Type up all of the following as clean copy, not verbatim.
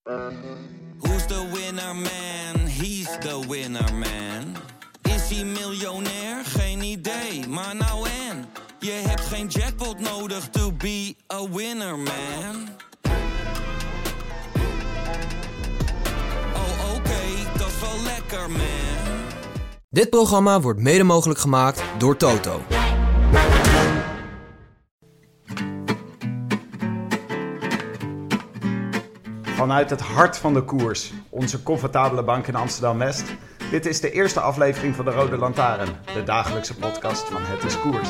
Who's the winner man? He's the winner man. Is hij miljonair? Geen idee, maar nou en. Je hebt geen jackpot nodig to be a winner man. Oh oké, dat is wel lekker man. Dit programma wordt mede mogelijk gemaakt door Toto. Vanuit het hart van de koers, onze comfortabele bank in Amsterdam-West. Dit is de eerste aflevering van de Rode Lantaarn, de dagelijkse podcast van Het is Koers.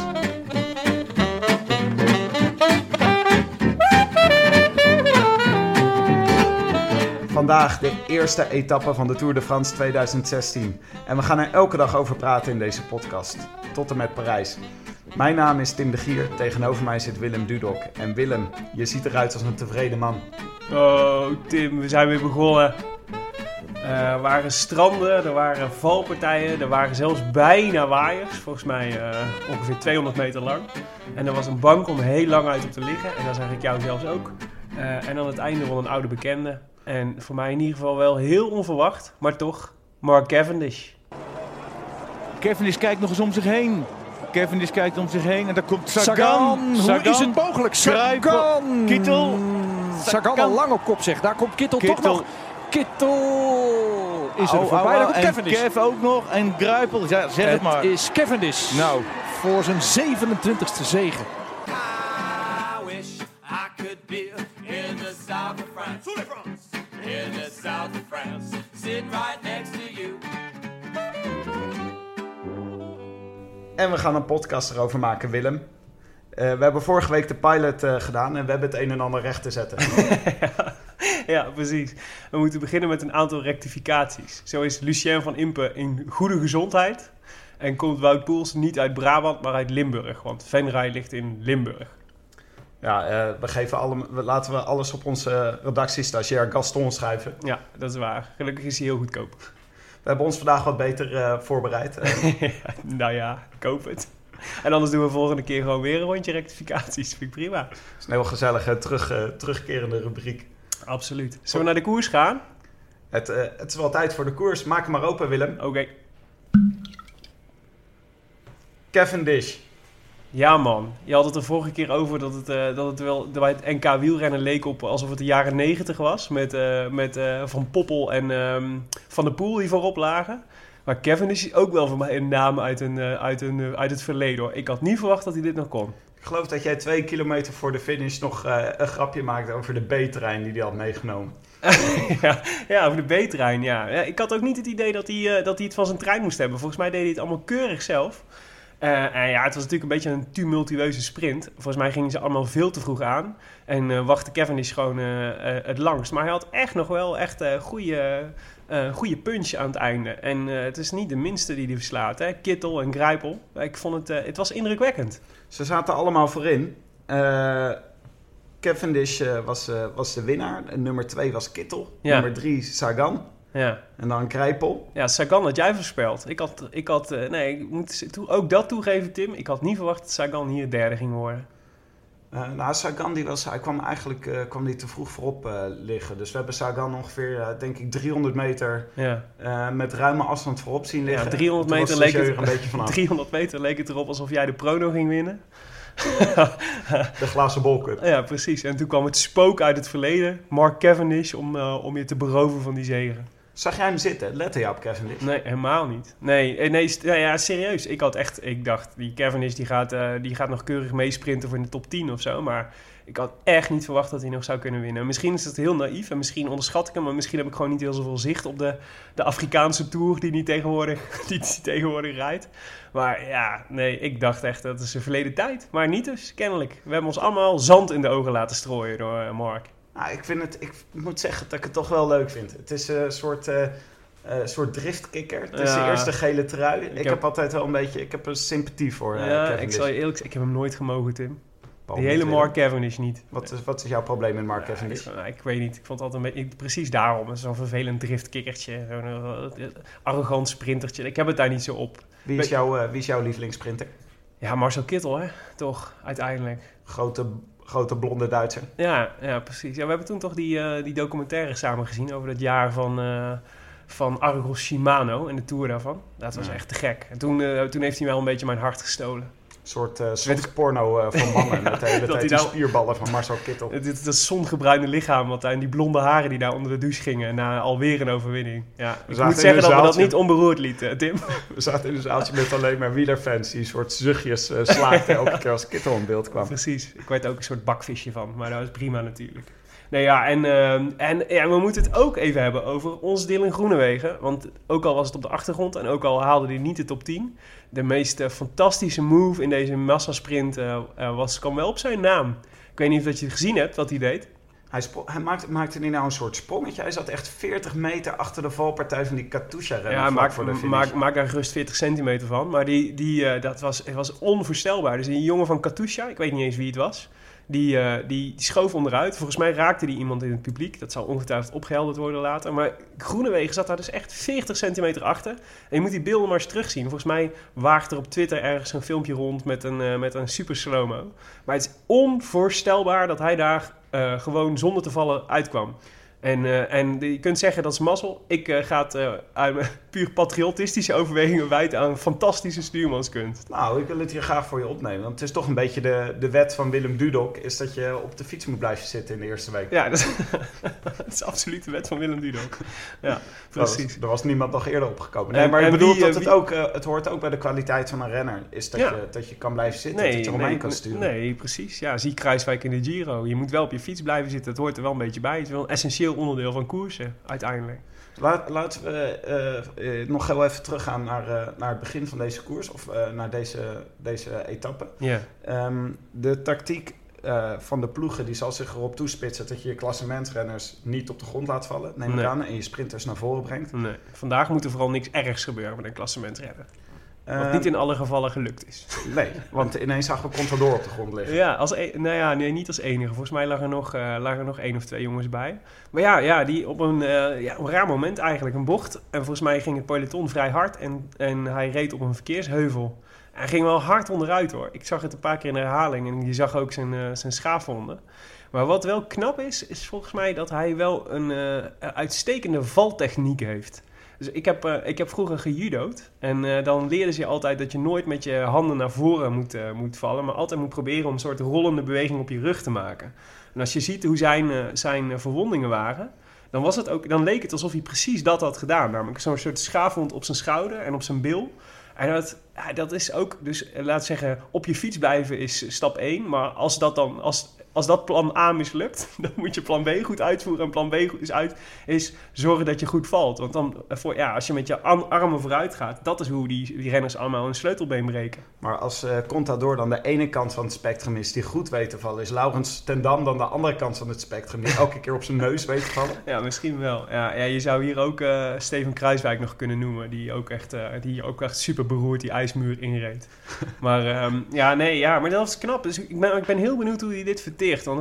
Vandaag de eerste etappe van de Tour de France 2016. En we gaan er elke dag over praten in deze podcast, tot en met Parijs. Mijn naam is Tim de Gier, tegenover mij zit Willem Dudok. En Willem, je ziet eruit als een tevreden man. Oh Tim, we zijn weer begonnen. Er waren stranden, er waren valpartijen, er waren zelfs bijna waaiers. Volgens mij ongeveer 200 meter lang. En er was een bank om heel lang uit op te liggen. En daar zag ik jou zelfs ook. En aan het einde won een oude bekende. En voor mij in ieder geval wel heel onverwacht, maar toch, Mark Cavendish. Cavendish kijkt nog eens om zich heen. Cavendish kijkt om zich heen en daar komt Sagan. Sagan. Hoe is het mogelijk? Sagan! Kittel. Sagan al lang op kop zeg. Daar komt Kittel toch nog. Kittel is er voorbij. Daar komt Cavendish. En Kev ook nog. En Gruipel. Ja, zeg het maar. Het is Cavendish. Nou. Voor zijn 27e zege. I wish I could be in the south of France. In the south of France. Sitting right next to you. En we gaan een podcast erover maken, Willem. We hebben vorige week de pilot gedaan en we hebben het een en ander recht te zetten. Ja, precies. We moeten beginnen met een aantal rectificaties. Zo is Lucien van Impe in goede gezondheid. En komt Wout Poels niet uit Brabant, maar uit Limburg. Want Venray ligt in Limburg. Ja, laten we alles op onze redactiestagiair Gaston schrijven. Ja, dat is waar. Gelukkig is hij heel goedkoop. We hebben ons vandaag wat beter voorbereid. Nou ja, ik hoop het. En anders doen we volgende keer gewoon weer een rondje rectificaties. Vind ik prima. Het is een heel gezellige terugkerende rubriek. Absoluut. Zullen we naar de koers gaan? Het is wel tijd voor de koers. Maak hem maar open, Willem. Oké. Cavendish. Ja man, je had het er vorige keer over dat het wel bij het NK wielrennen leek op alsof het de jaren 90 was. Met Van Poppel en Van der Poel die voorop lagen. Maar Cavendish is ook wel voor mij een naam uit het verleden hoor. Ik had niet verwacht dat hij dit nog kon. Ik geloof dat jij 2 kilometer voor de finish nog een grapje maakte over de B-trein die hij had meegenomen. Ja, over de B-trein, ja. Ik had ook niet het idee dat hij het van zijn trein moest hebben. Volgens mij deed hij het allemaal keurig zelf. En ja, het was natuurlijk een beetje een tumultueuze sprint. Volgens mij gingen ze allemaal veel te vroeg aan. En wachtte Cavendish gewoon het langst. Maar hij had echt nog wel echt goede punch aan het einde. En het is niet de minste die verslaat. Hè? Kittel en Gruipel. Ik vond het was indrukwekkend. Ze zaten allemaal voorin. Cavendish was de winnaar. Nummer 2 was Kittel. Ja. Nummer 3 Sagan. Ja. En dan Gruipel. Ja, Sagan had jij voorspeld. Ik moet ook dat toegeven, Tim. Ik had niet verwacht dat Sagan hier derde ging worden. Sagan kwam die te vroeg voorop liggen. Dus we hebben Sagan ongeveer, denk ik, 300 meter met ruime afstand voorop zien liggen. Ja, 300 meter, leek het erop alsof jij de prono ging winnen. De glazen bolcup. Ja, precies. En toen kwam het spook uit het verleden. Mark Cavendish om je te beroven van die zege. Zag jij hem zitten? Lette je op Cavendish? Nee, helemaal niet. Nee, serieus. Ik dacht, die Cavendish die gaat nog keurig meesprinten voor in de top 10 of zo. Maar ik had echt niet verwacht dat hij nog zou kunnen winnen. Misschien is het heel naïef en misschien onderschat ik hem. Maar misschien heb ik gewoon niet heel zoveel zicht op de Afrikaanse Tour die hij tegenwoordig rijdt. Maar ja, nee, ik dacht echt dat is een verleden tijd. Maar niet dus, kennelijk. We hebben ons allemaal zand in de ogen laten strooien door Mark. Nou, ik moet zeggen dat ik het toch wel leuk vind. Het is een soort driftkikker. Het is de eerste gele trui. Ik heb altijd wel een beetje... Ik heb een sympathie voor Cavendish. Ik zal je eerlijk zeggen, ik heb hem nooit gemogen, Tim. Die hele Mark Cavendish niet. Wat is jouw probleem met Mark Cavendish? Ik weet niet. Ik vond het altijd een beetje... Precies daarom. Zo'n vervelend driftkikkertje. Zo'n arrogant sprintertje. Ik heb het daar niet zo op. Wie is jouw lievelingssprinter? Ja, Marcel Kittel, hè? Toch, uiteindelijk. grote blonde Duitser. Ja, precies. Ja, we hebben toen toch die documentaire samen gezien over dat jaar van Argos Shimano en de Tour daarvan. Dat was echt te gek. En toen heeft hij wel een beetje mijn hart gestolen. Een soort softporno van mannen met de hele tijd die spierballen van Marcel Kittel. Dat zongebruinde lichaam en die blonde haren die daar onder de douche gingen. Na alweer een overwinning. Ja, ik moet zeggen dat we dat niet onberoerd lieten, Tim. We zaten in een zaaltje met alleen maar wielerfans die een soort zuchtjes slaakten elke keer als Kittel in beeld kwam. Precies. Ik werd ook een soort bakvisje van, maar dat was prima natuurlijk. Nee, ja, en we moeten het ook even hebben over ons Dylan Groenewegen. Want ook al was het op de achtergrond en ook al haalde hij niet de top 10... de meest fantastische move in deze massasprint kwam wel op zijn naam. Ik weet niet of dat je het gezien hebt, wat hij deed. Hij maakte niet nou een soort sprongetje. Hij zat echt 40 meter achter de valpartij van die Katusha-renner. Ja, maak daar gerust 40 centimeter van. Maar het was onvoorstelbaar. Dus die jongen van Katusha, ik weet niet eens wie het was... Die schoof onderuit. Volgens mij raakte die iemand in het publiek. Dat zal ongetwijfeld opgehelderd worden later. Maar Groenewegen zat daar dus echt 40 centimeter achter. En je moet die beelden maar eens terugzien. Volgens mij waagt er op Twitter ergens een filmpje rond met een super slow-mo. Maar het is onvoorstelbaar dat hij daar gewoon zonder te vallen uitkwam. En je kunt zeggen dat is mazzel. Ik ga het uit mijn puur patriotistische overwegingen wijten aan een fantastische stuurmanskunst. Nou, ik wil het hier graag voor je opnemen. Want het is toch een beetje de wet van Willem Dudok... is dat je op de fiets moet blijven zitten in de eerste week. Ja, dat is absoluut de wet van Willem Dudok. Ja, precies. Er was niemand nog eerder opgekomen. Nee, maar ik bedoel dat het hoort ook bij de kwaliteit van een renner. Is dat je kan blijven zitten, dat je Romein kan sturen. Nee, precies. Ja, zie Kruiswijk in de Giro. Je moet wel op je fiets blijven zitten. Het hoort er wel een beetje bij. Het is wel een essentieel onderdeel van koersen, uiteindelijk. Laten we nog heel even teruggaan naar het begin van deze koers. Of naar deze etappe. Yeah. De tactiek van de ploegen die zal zich erop toespitsen... dat je je klassementsrenners niet op de grond laat vallen, neem ik aan... en je sprinters naar voren brengt. Nee. Vandaag moet er vooral niks ergs gebeuren met een klassementsrenner. Wat niet in alle gevallen gelukt is. Nee, want ineens zagen we Contador op de grond liggen. Ja, niet als enige. Volgens mij lagen er nog 1 of 2 jongens bij. Maar ja, die op een raar moment eigenlijk. Een bocht. En volgens mij ging het peloton vrij hard. En hij reed op een verkeersheuvel. Hij ging wel hard onderuit hoor. Ik zag het een paar keer in de herhaling. En je zag ook zijn schaafwonden. Maar wat wel knap is volgens mij dat hij wel een uitstekende valtechniek heeft. Dus ik heb vroeger gejudo'd en dan leerden ze je altijd dat je nooit met je handen naar voren moet vallen, maar altijd moet proberen om een soort rollende beweging op je rug te maken. En als je ziet hoe zijn verwondingen waren, dan leek het alsof hij precies dat had gedaan. Namelijk zo'n soort schaafwond op zijn schouder en op zijn bil. En dat is ook, dus laat zeggen, op je fiets blijven is stap 1, maar als dat plan A mislukt, dan moet je plan B goed uitvoeren. En plan B is zorgen dat je goed valt. Want dan, als je met je armen vooruit gaat, dat is hoe die renners allemaal een sleutelbeen breken. Maar als Contador dan de ene kant van het spectrum is die goed weet te vallen, is Laurens ten Dam dan de andere kant van het spectrum die elke keer op zijn neus weet te vallen? Ja, misschien wel. Ja, je zou hier ook Steven Kruiswijk nog kunnen noemen, die ook echt super beroerd die ijsmuur inreed. Maar maar dat was knap. Dus ik ben heel benieuwd hoe hij dit verteert. Want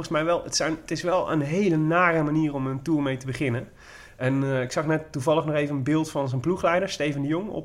het is wel een hele nare manier om een Tour mee te beginnen. En ik zag net toevallig nog even een beeld van zijn ploegleider, Steven de Jong,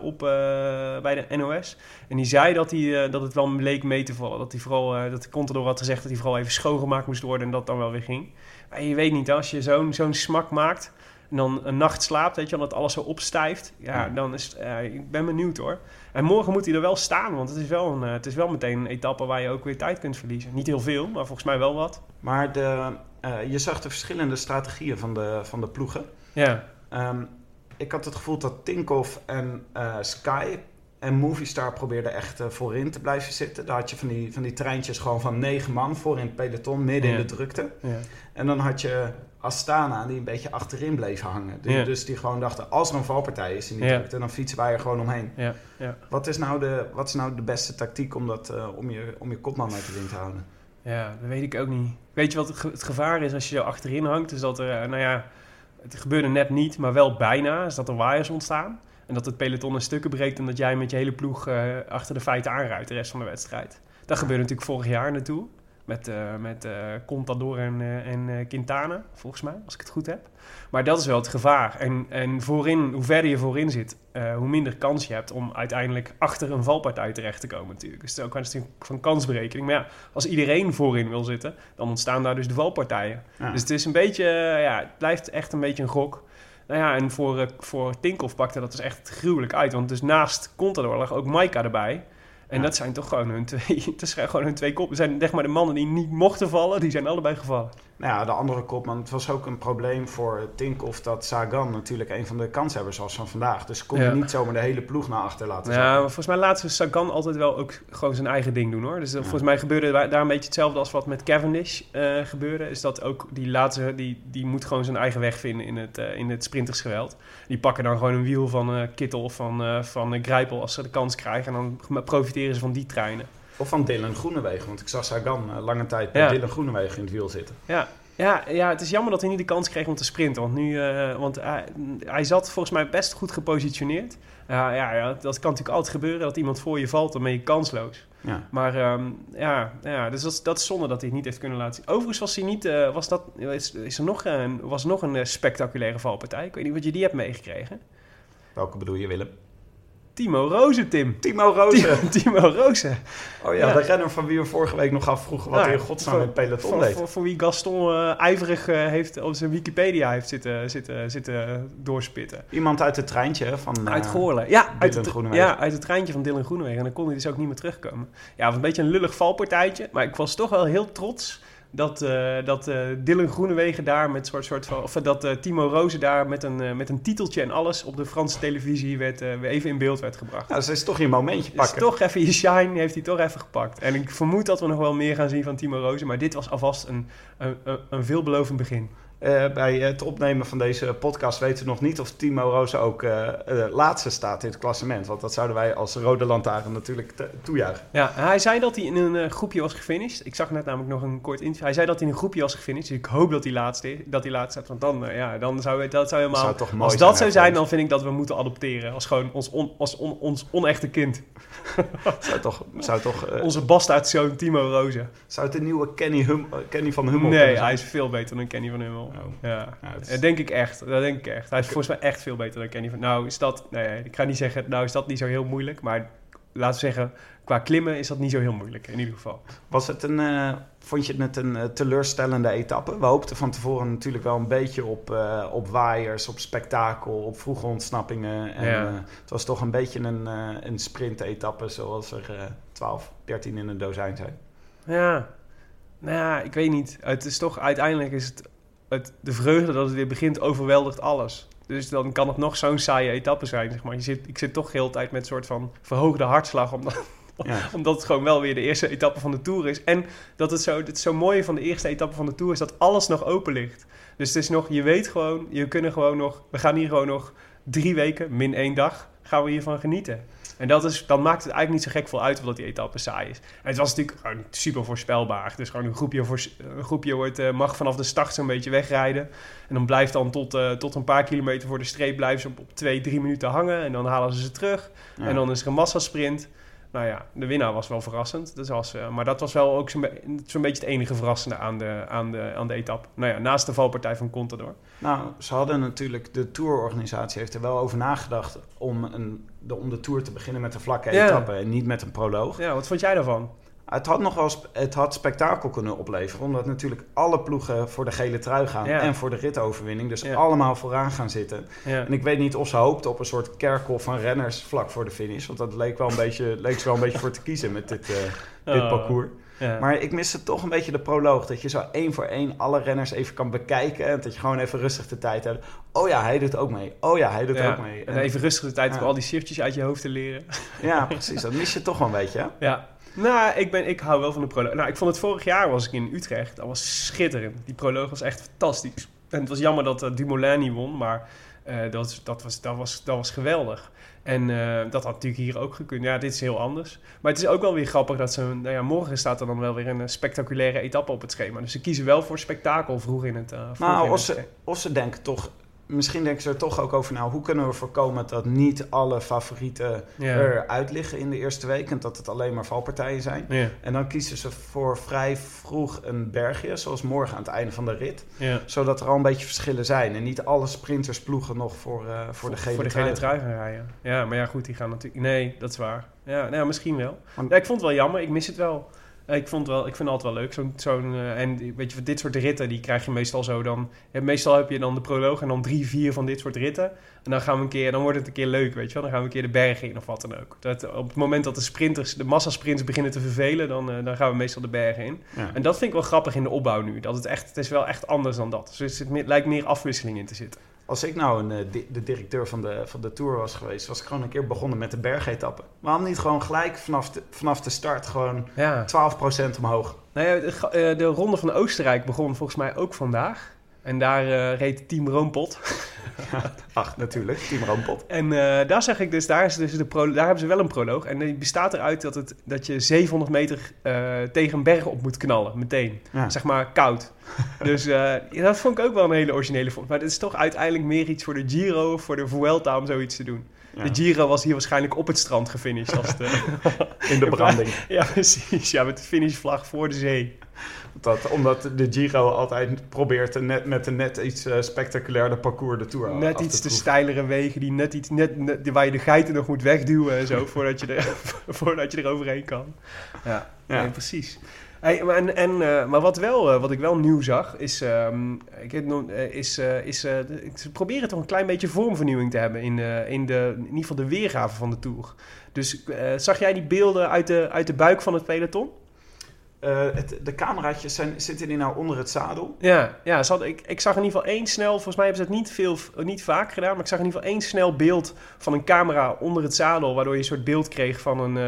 bij de NOS. En die zei dat het wel leek mee te vallen. Dat de Contador had gezegd dat hij vooral even schoongemaakt moest worden en dat dan wel weer ging. Maar je weet niet, als je zo'n smak maakt en dan een nacht slaapt, weet je, dat alles zo opstijft. Ja, dan is ik ben benieuwd hoor. En morgen moet hij er wel staan, want het is wel meteen een etappe waar je ook weer tijd kunt verliezen. Niet heel veel, maar volgens mij wel wat. Maar je zag de verschillende strategieën van de ploegen. Ja. Ik had het gevoel dat Tinkoff en Sky en Movistar probeerden echt voorin te blijven zitten. Daar had je van die treintjes gewoon van 9 man voor in het peloton, midden in de drukte. Ja. En dan had je Astana die een beetje achterin bleef hangen. Dus die gewoon dachten, als er een valpartij is in die drukte, dan fietsen wij er gewoon omheen. Ja. Ja. Wat is nou de beste tactiek om je kopman uit de wind te houden? Ja, dat weet ik ook niet. Weet je wat het gevaar is als je er achterin hangt? Is dat er, het gebeurde net niet, maar wel bijna. Is dat er waaiers ontstaan. En dat het peloton in stukken breekt en dat jij met je hele ploeg achter de feiten aanruidt de rest van de wedstrijd. Dat gebeurde natuurlijk vorig jaar naartoe. Met Contador en Quintana, volgens mij, als ik het goed heb. Maar dat is wel het gevaar. En voorin, hoe verder je voorin zit, hoe minder kans je hebt om uiteindelijk achter een valpartij terecht te komen natuurlijk. Dus het is ook een kwestie van kansberekening. Maar ja, als iedereen voorin wil zitten, dan ontstaan daar dus de valpartijen. Ja. Dus het is een beetje, het blijft echt een beetje een gok. Nou ja, en voor Tinkoff pakte dat dus echt gruwelijk uit. Want dus naast Contador lag ook Maika erbij. En dat zijn toch gewoon hun twee koppen. Zijn zeg maar de mannen die niet mochten vallen, die zijn allebei gevallen. Nou ja, de andere kopman. Het was ook een probleem voor Tinkoff dat Sagan natuurlijk een van de kanshebbers was van vandaag. Dus kon je niet zomaar de hele ploeg naar achter laten zetten. Ja, maar volgens mij laat Sagan altijd wel ook gewoon zijn eigen ding doen hoor. Dus volgens mij gebeurde daar een beetje hetzelfde als wat met Cavendish gebeurde. Is dat ook die laatste, die moet gewoon zijn eigen weg vinden in het sprintersgeweld. Die pakken dan gewoon een wiel van Kittel of van Greipel als ze de kans krijgen. En dan profiteren ze van die treinen. Of van Dylan Groenewegen, want ik zag Sagan lange tijd bij Dylan Groenewegen in het wiel zitten. Ja, het is jammer dat hij niet de kans kreeg om te sprinten. Want hij zat volgens mij best goed gepositioneerd. Dat kan natuurlijk altijd gebeuren, dat iemand voor je valt, dan ben je kansloos. Ja. Maar dus dat is zonde dat hij het niet heeft kunnen laten zien. Overigens was hij niet, was er nog een spectaculaire valpartij. Ik weet niet wat je die hebt meegekregen. Welke bedoel je, Willem? Timo Rozen, Tim. Timo Rozen. Timo Rozen. Oh ja, de renner van wie we vorige week nog afvroegen wat hij in godsnaam in het peloton deed. Voor wie Gaston ijverig heeft op zijn Wikipedia heeft zitten doorspitten. Iemand uit het treintje van uit Goorlen. Uit het treintje van Dylan Groenewegen. En dan kon hij dus ook niet meer terugkomen. Ja, het was een beetje een lullig valpartijtje. Maar ik was toch wel heel trots dat Dylan Groenewegen daar met dat Timo Rozen daar met een titeltje en alles op de Franse televisie weer even in beeld werd gebracht. Nou, dus is toch je momentje pakken. Dus toch even je shine heeft hij toch even gepakt. En ik vermoed dat we nog wel meer gaan zien van Timo Rozen, maar dit was alvast een veelbelovend begin. Bij het opnemen van deze podcast weten we nog niet of Timo Rozen ook laatste staat in het klassement. Want dat zouden wij als Rode Lantaarn natuurlijk toejuichen. Ja, hij zei dat hij in een groepje was gefinished. Ik zag net namelijk nog een kort interview. Hij zei dat hij in een groepje was gefinished. Dus ik hoop dat hij laatste staat. Want dan zou dat helemaal... Zou toch mooi als dat zou zijn, dan vind ik dat we moeten adopteren. Als gewoon ons onechte kind. zou toch onze bastaardzoon Timo Rozen. Zou het een nieuwe Kenny van Hummel Nee, hij is veel beter dan Kenny van Hummel. Dat denk ik echt. Hij is volgens mij echt veel beter dan Kenny van... Nou, is dat... Nee, ik ga niet zeggen... Nou, is dat niet zo heel moeilijk. Maar laten we zeggen... Qua klimmen is dat niet zo heel moeilijk. In ieder geval. Vond je het een teleurstellende etappe? We hoopten van tevoren natuurlijk wel een beetje op waaiers, op spektakel, op vroege ontsnappingen. En het was toch een beetje een sprint-etappe zoals er 12, 13 in een dozijn zijn. Ja. Nou ja, ik weet niet. Het is toch... Uiteindelijk is de vreugde dat het weer begint overweldigt alles. Dus dan kan het nog zo'n saaie etappe zijn, zeg maar. Ik zit toch de hele tijd met een soort van verhoogde hartslag, omdat het gewoon wel weer de eerste etappe van de Tour is. En dat het zo mooie van de eerste etappe van de Tour is dat alles nog open ligt. Dus het is nog, je weet gewoon, we gaan hier gewoon nog 3 weken, min 1 dag, gaan we hiervan genieten. En dan maakt het eigenlijk niet zo gek veel uit of dat die etappe saai is. En het was natuurlijk gewoon super voorspelbaar. Dus gewoon een groepje mag vanaf de start zo'n beetje wegrijden. En dan blijft dan tot een paar kilometer voor de streep blijven ze op 2-3 minuten hangen. En dan halen ze terug. Ja. En dan is er een massasprint. Nou ja, de winnaar was wel verrassend. Maar dat was wel ook zo'n beetje het enige verrassende aan de etappe. Nou ja, naast de valpartij van Contador. Nou, ze hadden natuurlijk... De tourorganisatie heeft er wel over nagedacht om de Tour te beginnen met een vlakke etappe en niet met een proloog. Ja, wat vond jij daarvan? Het had spektakel kunnen opleveren, omdat natuurlijk alle ploegen voor de gele trui gaan en voor de ritoverwinning. Dus allemaal vooraan gaan zitten. Ja. En ik weet niet of ze hoopten op een soort kerkhof van renners vlak voor de finish. Want dat leek ze wel een beetje voor te kiezen met dit parcours. Ja. Maar ik miste toch een beetje de proloog. Dat je zo 1 voor 1 alle renners even kan bekijken. En dat je gewoon even rustig de tijd hebt. Oh ja, hij doet ook mee. Oh ja, hij doet ook mee. En even rustig de tijd om al die shiftjes uit je hoofd te leren. Ja, precies. Dat mis je toch wel een beetje, hè? Ja. Nou, ik hou wel van de proloog. Nou, ik vond het vorig jaar was ik in Utrecht. Dat was schitterend. Die proloog was echt fantastisch. En het was jammer dat Dumoulin niet won, maar dat was geweldig. En dat had natuurlijk hier ook gekund. Ja, dit is heel anders. Maar het is ook wel weer grappig dat morgen staat er dan wel weer een spectaculaire etappe op het schema. Dus ze kiezen wel voor spektakel vroeg in het of ze denken toch misschien denken ze er toch ook over, hoe kunnen we voorkomen dat niet alle favorieten eruit liggen in de eerste week en dat het alleen maar valpartijen zijn. Ja. En dan kiezen ze voor vrij vroeg een bergje, zoals morgen aan het einde van de rit. Ja. Zodat er al een beetje verschillen zijn en niet alle sprinters ploegen nog voor de gele trui gaan rijden. Ja, maar ja goed, die gaan natuurlijk... Nee, dat is waar. Ja, misschien wel. Ja, ik vond het wel jammer, ik mis het wel. Ik vind het altijd wel leuk. En weet je, dit soort ritten, die krijg je meestal zo dan... Meestal heb je dan de proloog en dan 3-4 van dit soort ritten. En dan gaan we dan wordt het een keer leuk, weet je wel. Dan gaan we een keer de bergen in of wat dan ook. Op het moment dat de massasprints beginnen te vervelen, dan gaan we meestal de bergen in. Ja. En dat vind ik wel grappig in de opbouw nu. Het is wel echt anders dan dat. Dus het lijkt meer afwisseling in te zitten. Als ik nou de directeur van de Tour was geweest, was ik gewoon een keer begonnen met de bergetappen. Waarom niet gewoon gelijk vanaf de start gewoon 12% omhoog? Nou ja, de Ronde van Oostenrijk begon volgens mij ook vandaag. En daar reed Team Roompot. Ach, natuurlijk, Team Roompot. En daar zag ik dus, daar hebben ze wel een proloog. En die bestaat eruit dat je 700 meter tegen een berg op moet knallen, meteen. Ja. Zeg maar koud. Dus dat vond ik ook wel een hele originele vorm. Maar het is toch uiteindelijk meer iets voor de Giro of voor de Vuelta om zoiets te doen. Ja. De Giro was hier waarschijnlijk op het strand gefinished. In de branding. Ja, precies. Ja, met de finishvlag voor de zee. Omdat de Giro altijd probeert met een net iets spectaculairder parcours de Tour net iets te steilere wegen, waar je de geiten nog moet wegduwen en zo, voordat je er overheen kan. Ja. Nee, precies. Hey, maar wat ik wel nieuw zag, ze proberen toch een klein beetje vormvernieuwing te hebben in ieder geval de weergave van de Tour. Dus zag jij die beelden uit de buik van het peloton? De cameraatjes zitten die nou onder het zadel? Ja, ik zag in ieder geval één snel... Volgens mij hebben ze het niet vaak gedaan... maar ik zag in ieder geval één snel beeld van een camera onder het zadel... waardoor je een soort beeld kreeg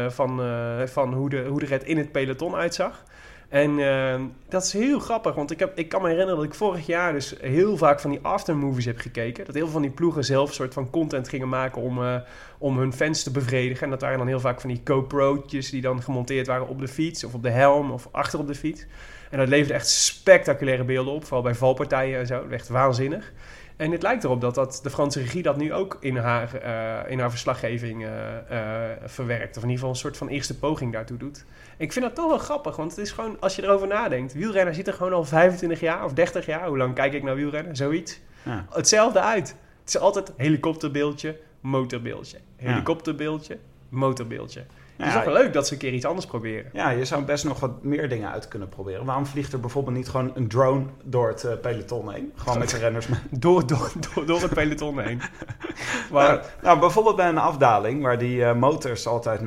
van hoe de red in het peloton uitzag. En dat is heel grappig, want ik kan me herinneren dat ik vorig jaar dus heel vaak van die aftermovies heb gekeken. Dat heel veel van die ploegen zelf een soort van content gingen maken om hun fans te bevredigen. En dat waren dan heel vaak van die GoPro'tjes die dan gemonteerd waren op de fiets of op de helm of achter op de fiets. En dat leverde echt spectaculaire beelden op, vooral bij valpartijen en zo. Echt waanzinnig. En het lijkt erop dat de Franse regie dat nu ook in haar verslaggeving verwerkt. Of in ieder geval een soort van eerste poging daartoe doet. Ik vind dat toch wel grappig, want het is gewoon, als je erover nadenkt... wielrennen ziet er gewoon al 25 jaar of 30 jaar... hoe lang kijk ik naar wielrennen? Zoiets. Ja. Hetzelfde uit. Het is altijd helikopterbeeldje, motorbeeldje. Helikopterbeeldje, motorbeeldje. Het is toch wel leuk dat ze een keer iets anders proberen. Ja, je zou best nog wat meer dingen uit kunnen proberen. Waarom vliegt er bijvoorbeeld niet gewoon een drone door het peloton heen? Gewoon met de renners mee. Door het peloton heen. Nou, bijvoorbeeld bij een afdaling... waar die motors altijd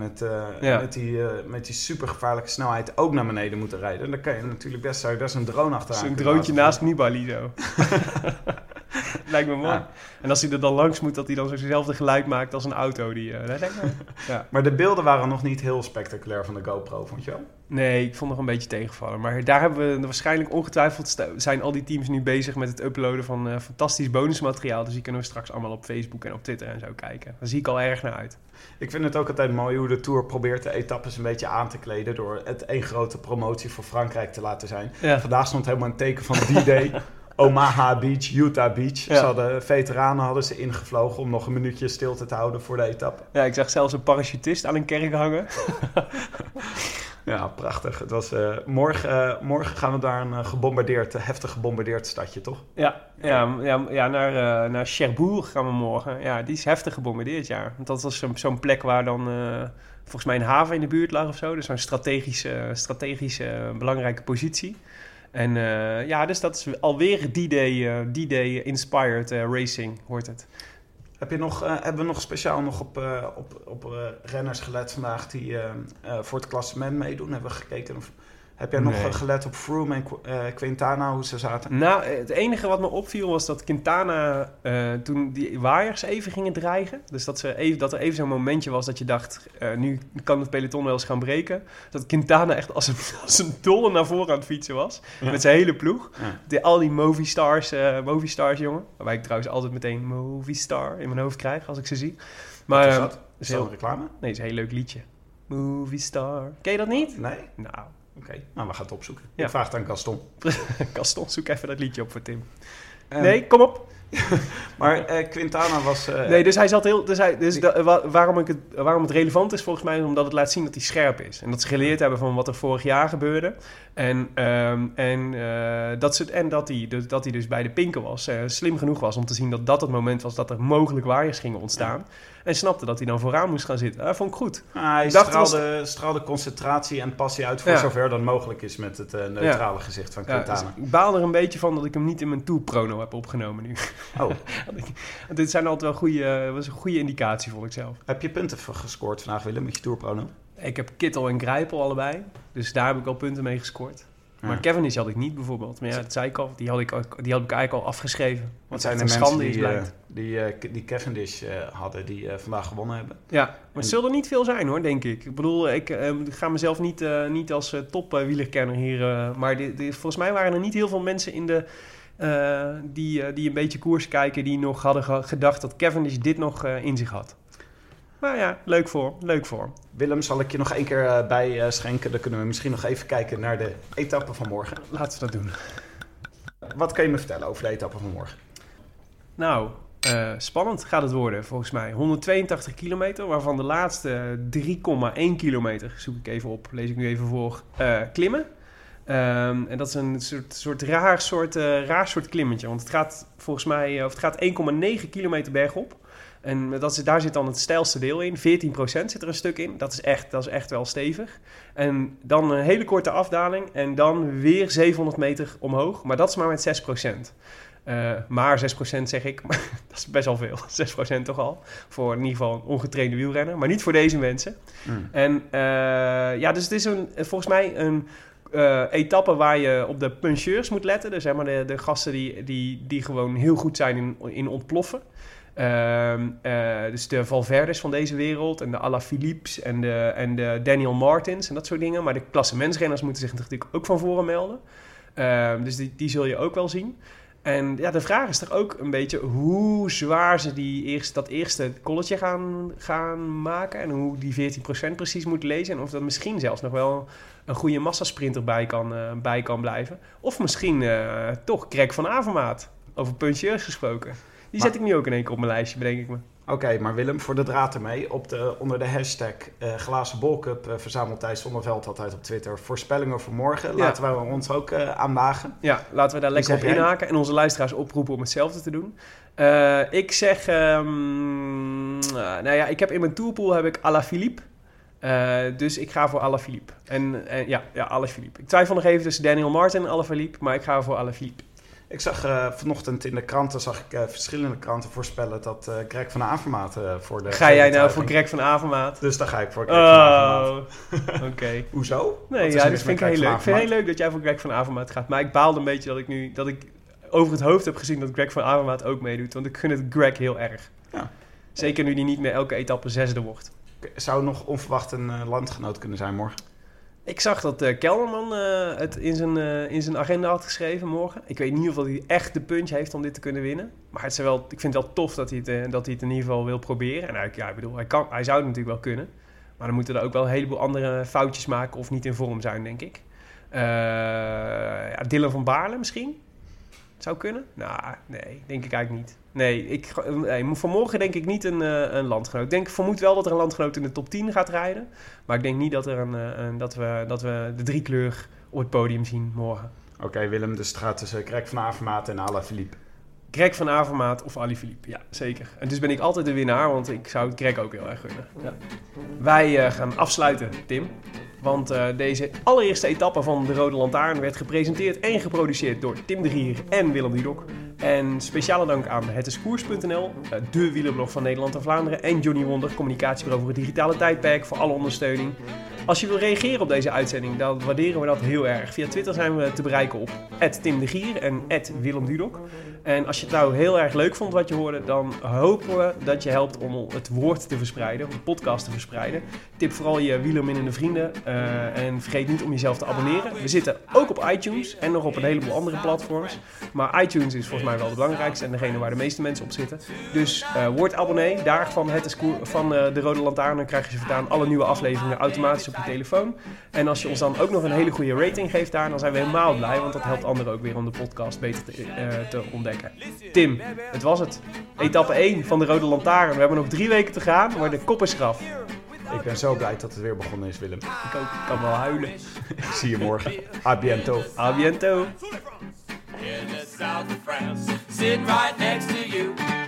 met die supergevaarlijke snelheid... ook naar beneden moeten rijden. Dan kan je natuurlijk best een drone achteraan. Zo'n droontje naast Nibali zo. Lijkt me mooi. Ja. En als hij er dan langs moet, dat hij dan zo'nzelfde geluid maakt als een auto. Ja. Maar de beelden waren nog niet heel spectaculair van de GoPro, vond je wel? Nee, ik vond nog een beetje tegenvallen. Maar daar hebben we waarschijnlijk ongetwijfeld... zijn al die teams nu bezig met het uploaden van fantastisch bonusmateriaal. Dus die kunnen we straks allemaal op Facebook en op Twitter en zo kijken. Daar zie ik al erg naar uit. Ik vind het ook altijd mooi hoe de Tour probeert de etappes een beetje aan te kleden... door het één grote promotie voor Frankrijk te laten zijn. Ja. Vandaag stond helemaal een teken van D-Day... Omaha Beach, Utah Beach. Ja. Veteranen hadden ze ingevlogen om nog een minuutje stilte te houden voor de etappe. Ja, ik zag zelfs een parachutist aan een kerk hangen. Ja, prachtig. Het was, morgen gaan we daar een heftig gebombardeerd stadje, toch? Ja, naar Cherbourg gaan we morgen. Ja, die is heftig gebombardeerd, ja. Want dat was zo'n plek waar dan volgens mij een haven in de buurt lag of zo. Dus zo'n strategische belangrijke positie. En dus dat is alweer D-Day inspired racing, hoort het. Hebben we nog speciaal op renners gelet vandaag die voor het klassement meedoen? Hebben we gekeken of... Heb jij nog gelet op Froome en Quintana, hoe ze zaten? Nou, het enige wat me opviel was dat Quintana toen die waaiers even gingen dreigen. Dus dat er even zo'n momentje was dat je dacht, nu kan het peloton wel eens gaan breken. Dat Quintana echt als een dolle naar voren aan het fietsen was. Ja. Met zijn hele ploeg. Ja. Al die Movistars jongen. Waarbij ik trouwens altijd meteen Movistar in mijn hoofd krijg als ik ze zie. Maar, wat is dat? Is dat een reclame? Nee, het is een heel leuk liedje. Movistar. Ken je dat niet? Nee. Nou... Oké, nou we gaan het opzoeken. Ja. Ik vraag het aan Gaston. Gaston, zoek even dat liedje op voor Tim. Nee, kom op. Maar Quintana was... Nee, dus hij zat heel... Waarom het relevant is volgens mij... is omdat het laat zien dat hij scherp is. En dat ze geleerd hebben van wat er vorig jaar gebeurde. Dat hij dus bij de pinken was. Slim genoeg was om te zien dat dat het moment was... dat er mogelijk waaiers gingen ontstaan. En snapte dat hij dan vooraan moest gaan zitten. Dat vond ik goed. Hij straalde concentratie en passie uit... voor zover dan mogelijk is met het neutrale gezicht van Quintana. Dus ik baal er een beetje van dat ik hem niet in mijn Tourprono heb opgenomen nu. Oh. Dit zijn altijd wel was een goede indicatie, vond ik zelf. Heb je punten gescoord vandaag, Willem, met je Tourprono? Ik heb Kittel en Grijpel allebei. Dus daar heb ik al punten mee gescoord. Ja. Maar Cavendish had ik niet bijvoorbeeld. Maar ja, dat zei ik al. Die had ik eigenlijk al afgeschreven. Wat zijn de mensen die Cavendish hadden, die vandaag gewonnen hebben. Ja, maar het zullen er niet veel zijn hoor, denk ik. Ik bedoel, ik ga mezelf niet als top-wielerkenner hier... maar volgens mij waren er niet heel veel mensen in de... die een beetje koers kijken... die nog hadden gedacht dat Cavendish dit nog in zich had. Maar ja, leuk voor. Willem, zal ik je nog één keer bij schenken? Dan kunnen we misschien nog even kijken naar de etappe van morgen. Laten we dat doen. Wat kan je me vertellen over de etappe van morgen? Nou, spannend gaat het worden volgens mij. 182 kilometer, waarvan de laatste 3,1 kilometer, zoek ik even op, lees ik nu even voor, klimmen. En dat is een raar soort klimmetje. Want het gaat volgens mij 1,9 kilometer bergop. En daar zit dan het steilste deel in. 14% zit er een stuk in. Dat is echt wel stevig. En dan een hele korte afdaling. En dan weer 700 meter omhoog. Maar dat is maar met 6%. Maar 6% zeg ik. Dat is best wel veel. 6% toch al. Voor in ieder geval een ongetrainde wielrenner. Maar niet voor deze mensen. En dus het is volgens mij een... etappe waar je op de puncheurs moet letten. Dus zeg maar de gasten die gewoon heel goed zijn in ontploffen. Dus de Valverdes van deze wereld en de Alaphilippes en de Daniel Martins en dat soort dingen. Maar de klassementsrenners moeten zich natuurlijk ook van voren melden. Dus die zul je ook wel zien. En ja, de vraag is toch ook een beetje hoe zwaar ze dat eerste kolletje gaan maken. En hoe die 14% precies moet lezen. En of dat misschien zelfs nog wel een goede massasprinter bij kan blijven. Of misschien toch Greg van Avermaat. Over puncheurs gesproken. Die zet ik nu ook in één keer op mijn lijstje, bedenk ik me. Oké, maar Willem, voor de draad ermee. Onder de hashtag Glazen Bolcup verzamelt Thijs Zonneveld altijd op Twitter voorspellingen voor morgen. Ja. Laten we ons ook aanwagen. Ja, laten we daar lekker op inhaken en onze luisteraars oproepen om hetzelfde te doen. Ik zeg, ik heb in mijn tourpool Alaphilippe. Dus ik ga voor Alaphilippe. Alaphilippe. Ik twijfel nog even tussen Daniel Martin en Alaphilippe, maar ik ga voor Alaphilippe. Ik zag vanochtend in de kranten, verschillende kranten voorspellen dat Greg van Avermaat voor de... Ga jij nou voor Greg van Avermaat? Dus dan ga ik voor Greg van Avermaat. Oké. Hoezo? Nee, dat vind ik heel leuk. Ik vind het heel leuk dat jij voor Greg van Avermaat gaat. Maar ik baalde een beetje dat ik over het hoofd heb gezien dat Greg van Avermaat ook meedoet. Want ik gun het Greg heel erg. Ja. Zeker nu die niet meer elke etappe zesde wordt. Zou nog onverwacht een landgenoot kunnen zijn morgen? Ik zag dat Kelderman het in zijn agenda had geschreven morgen. Ik weet niet of hij echt de punch heeft om dit te kunnen winnen. Maar ik vind het wel tof dat hij het in ieder geval wil proberen. En hij zou het natuurlijk wel kunnen. Maar dan moeten er ook wel een heleboel andere foutjes maken of niet in vorm zijn, denk ik. Dylan van Baarle misschien? Zou kunnen? Nou, nee, denk ik eigenlijk niet. Nee, vanmorgen denk ik niet een landgenoot. Ik vermoed wel dat er een landgenoot in de top 10 gaat rijden. Maar ik denk niet dat dat we de driekleur op het podium zien morgen. Oké, Willem, dus het gaat tussen Greg van Avermaat en Alaphilippe. Greg van Avermaat of Alaphilippe, ja, zeker. En dus ben ik altijd de winnaar, want ik zou het Greg ook heel erg gunnen. Ja. Wij gaan afsluiten, Tim. Want deze allereerste etappe van de Rode Lantaarn werd gepresenteerd en geproduceerd door Tim de Gier en Willem Dudok. En speciale dank aan hetiskoers.nl, de wielerblog van Nederland en Vlaanderen, en Johnny Wonder, communicatiebureau voor het digitale tijdperk, voor alle ondersteuning. Als je wil reageren op deze uitzending, dan waarderen we dat heel erg. Via Twitter zijn we te bereiken op @TimDeGier en @Willem Dudok. En als je het nou heel erg leuk vond wat je hoorde, dan hopen we dat je helpt om het woord te verspreiden, om de podcast te verspreiden. Tip vooral je wielerminnende vrienden en vergeet niet om jezelf te abonneren. We zitten ook op iTunes en nog op een heleboel andere platforms. Maar iTunes is volgens mij wel de belangrijkste en degene waar de meeste mensen op zitten. Dus word abonnee daar van de Rode Lantaarn. Dan krijg je ze voortaan alle nieuwe afleveringen automatisch op je telefoon. En als je ons dan ook nog een hele goede rating geeft daar, dan zijn we helemaal blij. Want dat helpt anderen ook weer om de podcast beter te ontdekken. Tim, het was het. Etappe 1 van de Rode Lantaarn. We hebben nog 3 weken te gaan, maar de kop is eraf. Ik ben zo blij dat het weer begonnen is, Willem. Ik ook. Ik kan wel huilen. Ik zie je morgen. A biento. A biento. In the south of France, sitting right next to you.